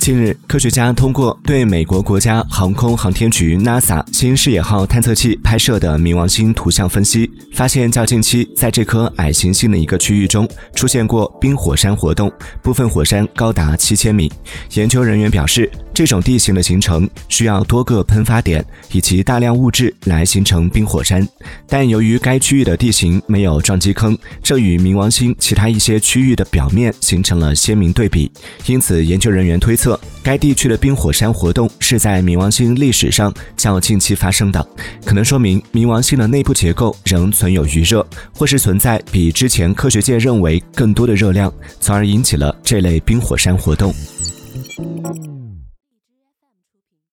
近日，科学家通过对美国国家航空航天局 NASA 新视野号探测器拍摄的冥王星图像分析，发现较近期在这颗矮行星的一个区域中出现过冰火山活动，部分火山高达7000米。研究人员表示，这种地形的形成需要多个喷发点以及大量物质来形成冰火山，但由于该区域的地形没有撞击坑，这与冥王星其他一些区域的表面形成了鲜明对比，因此研究人员推测该地区的冰火山活动是在冥王星历史上较近期发生的，可能说明冥王星的内部结构仍存有余热，或是存在比之前科学界认为更多的热量，从而引起了这类冰火山活动。